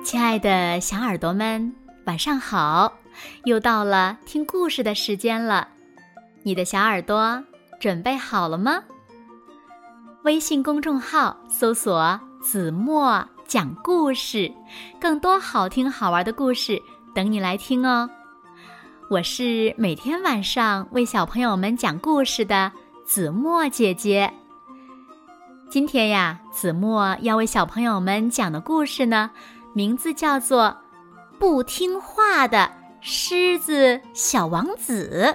亲爱的小耳朵们，晚上好！又到了听故事的时间了，你的小耳朵准备好了吗？微信公众号搜索子墨讲故事，更多好听好玩的故事等你来听哦。我是每天晚上为小朋友们讲故事的子墨姐姐。今天呀，子墨要为小朋友们讲的故事呢，名字叫做《不听话的狮子小王子》。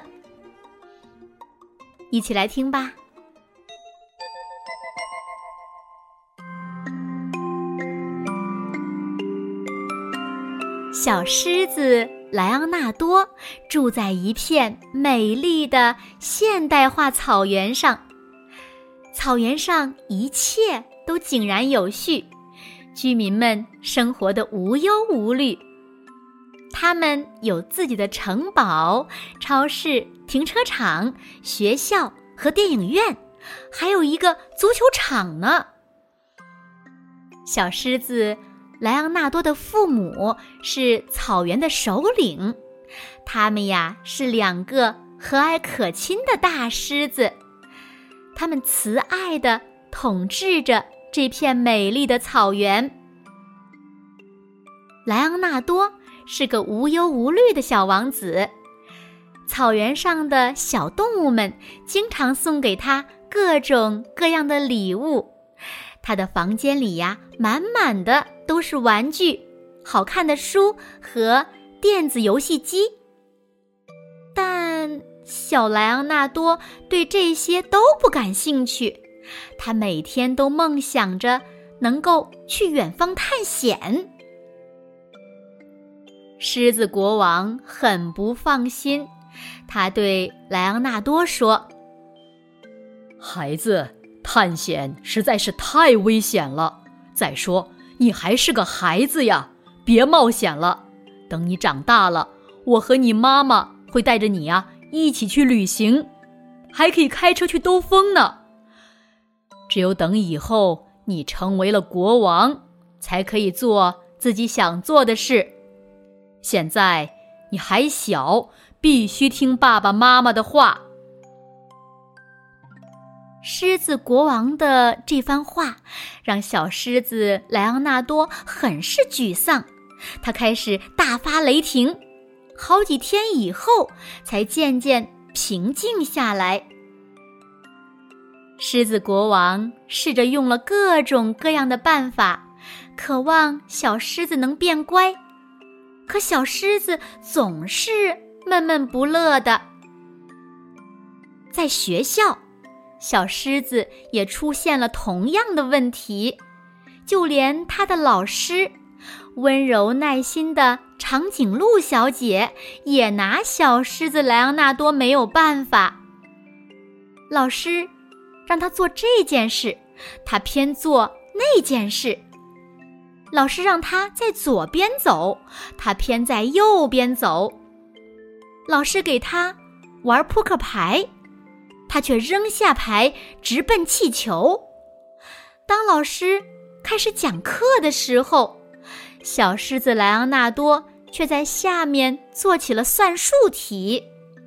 一起来听吧。小狮子莱昂纳多住在一片美丽的现代化草原上，草原上一切都井然有序，居民们生活得无忧无虑。他们有自己的城堡、超市、停车场、学校和电影院，还有一个足球场呢。小狮子莱昂纳多的父母是草原的首领，他们呀是两个和蔼可亲的大狮子，他们慈爱地统治着这片美丽的草原。莱昂纳多是个无忧无虑的小王子，草原上的小动物们经常送给他各种各样的礼物，他的房间里呀，满满的都是玩具、好看的书和电子游戏机。但小莱昂纳多对这些都不感兴趣，他每天都梦想着能够去远方探险。狮子国王很不放心，他对莱昂纳多说： 孩子，探险实在是太危险了，再说你还是个孩子呀，别冒险了。等你长大了，我和你妈妈会带着你一起去旅行，还可以开车去兜风呢。只有等以后你成为了国王，才可以做自己想做的事。现在你还小，必须听爸爸妈妈的话。 狮子国王的这番话让小狮子莱昂纳多很是沮丧，他开始大发雷霆，好几天以后才渐渐平静下来。狮子国王试着用了各种各样的办法，渴望小狮子能变乖，可小狮子总是闷闷不乐的。在学校，小狮子也出现了同样的问题，就连他的老师温柔耐心的长颈鹿小姐也拿小狮子莱昂纳多没有办法。老师让他做这件事，他偏做那件事。老师让他在左边走，他偏在右边走。老师给他玩扑克牌，他却扔下牌直奔气球。当老师开始讲课的时候，小狮子莱昂纳多却在下面做起了算术题。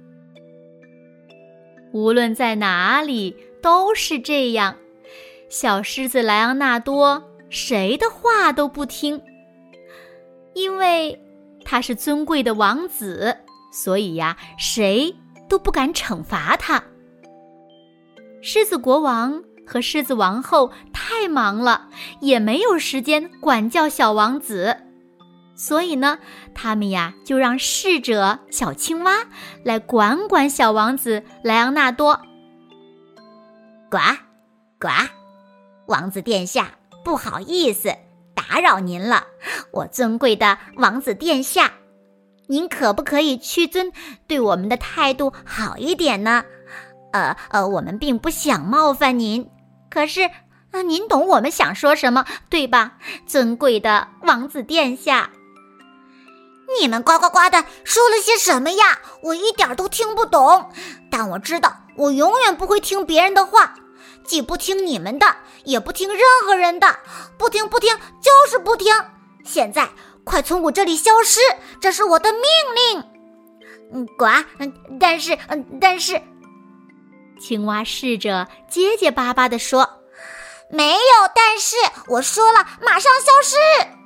无论在哪里都是这样，小狮子莱昂纳多谁的话都不听。因为他是尊贵的王子，所以呀，谁都不敢惩罚他。狮子国王和狮子王后太忙了，也没有时间管教小王子，所以呢，他们呀就让侍者小青蛙来管管小王子莱昂纳多。 呱呱，王子殿下，不好意思，打扰您了，我尊贵的王子殿下，您可不可以屈尊，对我们的态度好一点呢？我们并不想冒犯您，可是您懂我们想说什么，对吧，尊贵的王子殿下？你们呱呱呱的说了些什么呀？我一点都听不懂，但我知道我永远不会听别人的话，既不听你们的，也不听任何人的，不听就是不听。现在快从我这里消失，这是我的命令。呱，但是， 青蛙试着结结巴巴地说：“ 没有但是，我说了，马上消失。”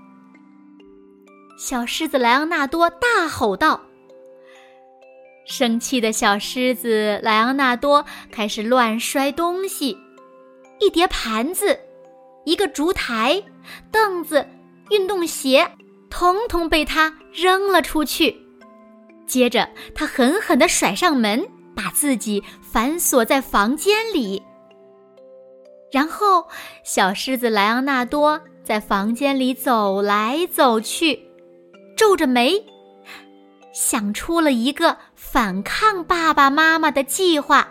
小狮子莱昂纳多大吼道。生气的小狮子莱昂纳多开始乱摔东西，一叠盘子，一个烛台，凳子，运动鞋，统统被他扔了出去。接着他狠狠地甩上门，把自己反锁在房间里。然后小狮子莱昂纳多在房间里走来走去，皱着眉，想出了一个反抗爸爸妈妈的计划。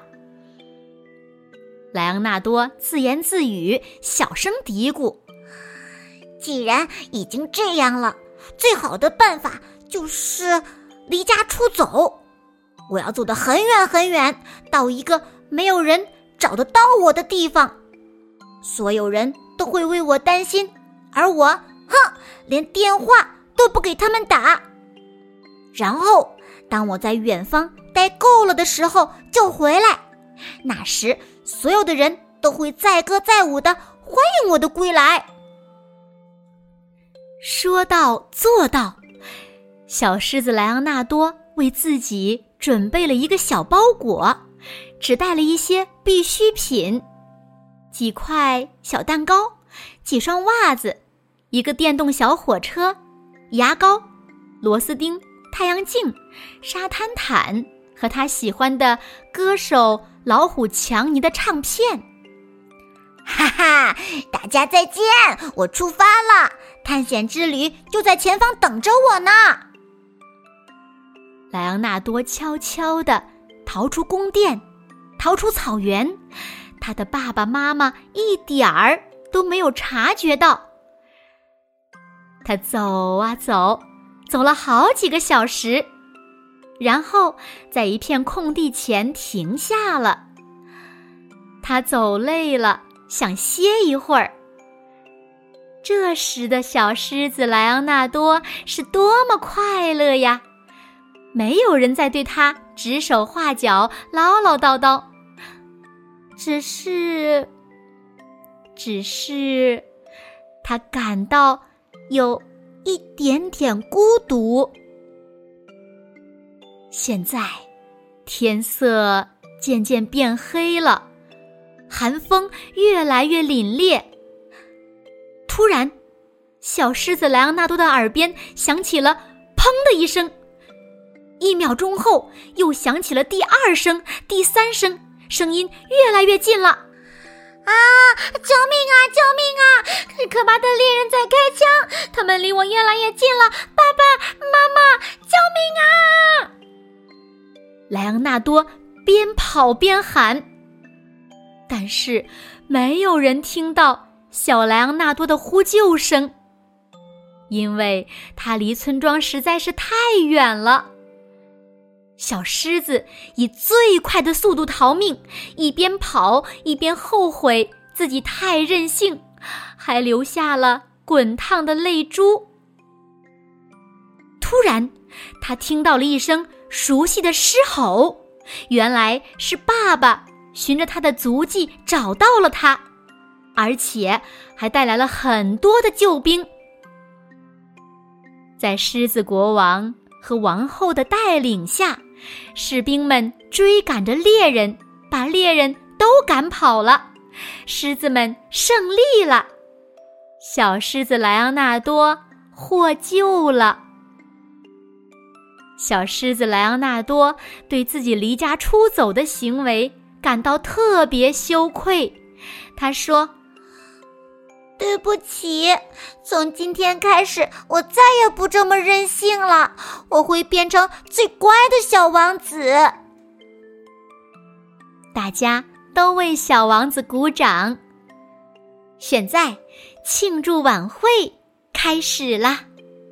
莱昂纳多自言自语，小声嘀咕：“ 既然已经这样了，最好的办法就是离家出走。我要走得很远很远，到一个没有人找得到我的地方。所有人都会为我担心，而我，连电话都不给他们打。然后，当我在远方待够了的时候，就回来。那时，所有的人都会载歌载舞地欢迎我的归来。” 说到做到，小狮子莱昂纳多为自己准备了一个小包裹，只带了一些必需品：几块小蛋糕，几双袜子，一个电动小火车，牙膏，螺丝钉，太阳镜，沙滩毯和他喜欢的歌手老虎强尼的唱片。 哈哈，大家再见，我出发了，探险之旅就在前方等着我呢。 莱昂纳多悄悄地逃出宫殿，逃出草原，他的爸爸妈妈一点儿都没有察觉到。他走啊走，走了好几个小时，然后在一片空地前停下了。他走累了，想歇一会儿。这时的小狮子莱昂纳多是多么快乐呀！没有人再对他指手画脚，唠唠叨叨。只是他感到有一点点孤独。现在天色渐渐变黑了，寒风越来越凛冽。突然，小狮子莱昂纳多的耳边响起了砰的一声，1秒钟后又响起了第2声、第3声，声音越来越近了。 啊！救命啊！救命啊！可怕的猎人在开枪，他们离我越来越近了！爸爸妈妈，救命啊！ 莱昂纳多边跑边喊，但是没有人听到小莱昂纳多的呼救声，因为他离村庄实在是太远了。小狮子以最快的速度逃命，一边跑一边后悔自己太任性，还流下了滚烫的泪珠。突然，他听到了一声熟悉的狮吼，原来是爸爸循着他的足迹找到了他，而且还带来了很多的救兵。在狮子国王和王后的带领下，士兵们追赶着猎人，把猎人都赶跑了，狮子们胜利了，小狮子莱昂纳多获救了。小狮子莱昂纳多对自己离家出走的行为感到特别羞愧，他说：“ 对不起，从今天开始，我再也不这么任性了，我会变成最乖的小王子。” 大家都为小王子鼓掌。现在，庆祝晚会开始啦！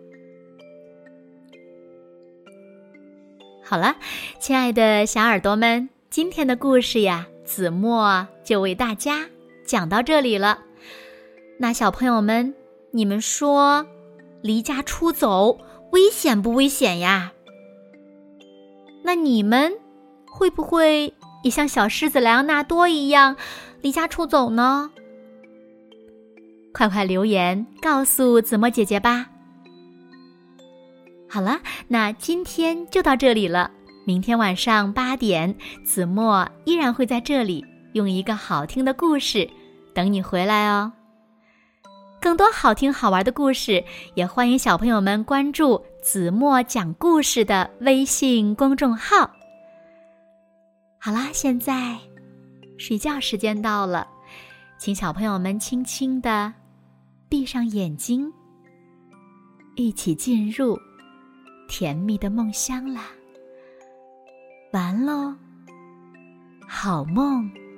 好了，亲爱的小耳朵们，今天的故事呀，子墨就为大家讲到这里了。那小朋友们，你们说， 离家出走，危险不危险呀？那你们会不会也像小狮子莱昂纳多一样离家出走呢？快快留言告诉子墨姐姐吧。好了，那今天就到这里了。明天晚上8点，子墨依然会在这里用一个好听的故事等你回来哦。更多好听好玩的故事，也欢迎小朋友们关注子墨讲故事的微信公众号。好啦，现在睡觉时间到了，请小朋友们轻轻地闭上眼睛，一起进入甜蜜的梦乡啦。完喽，好梦。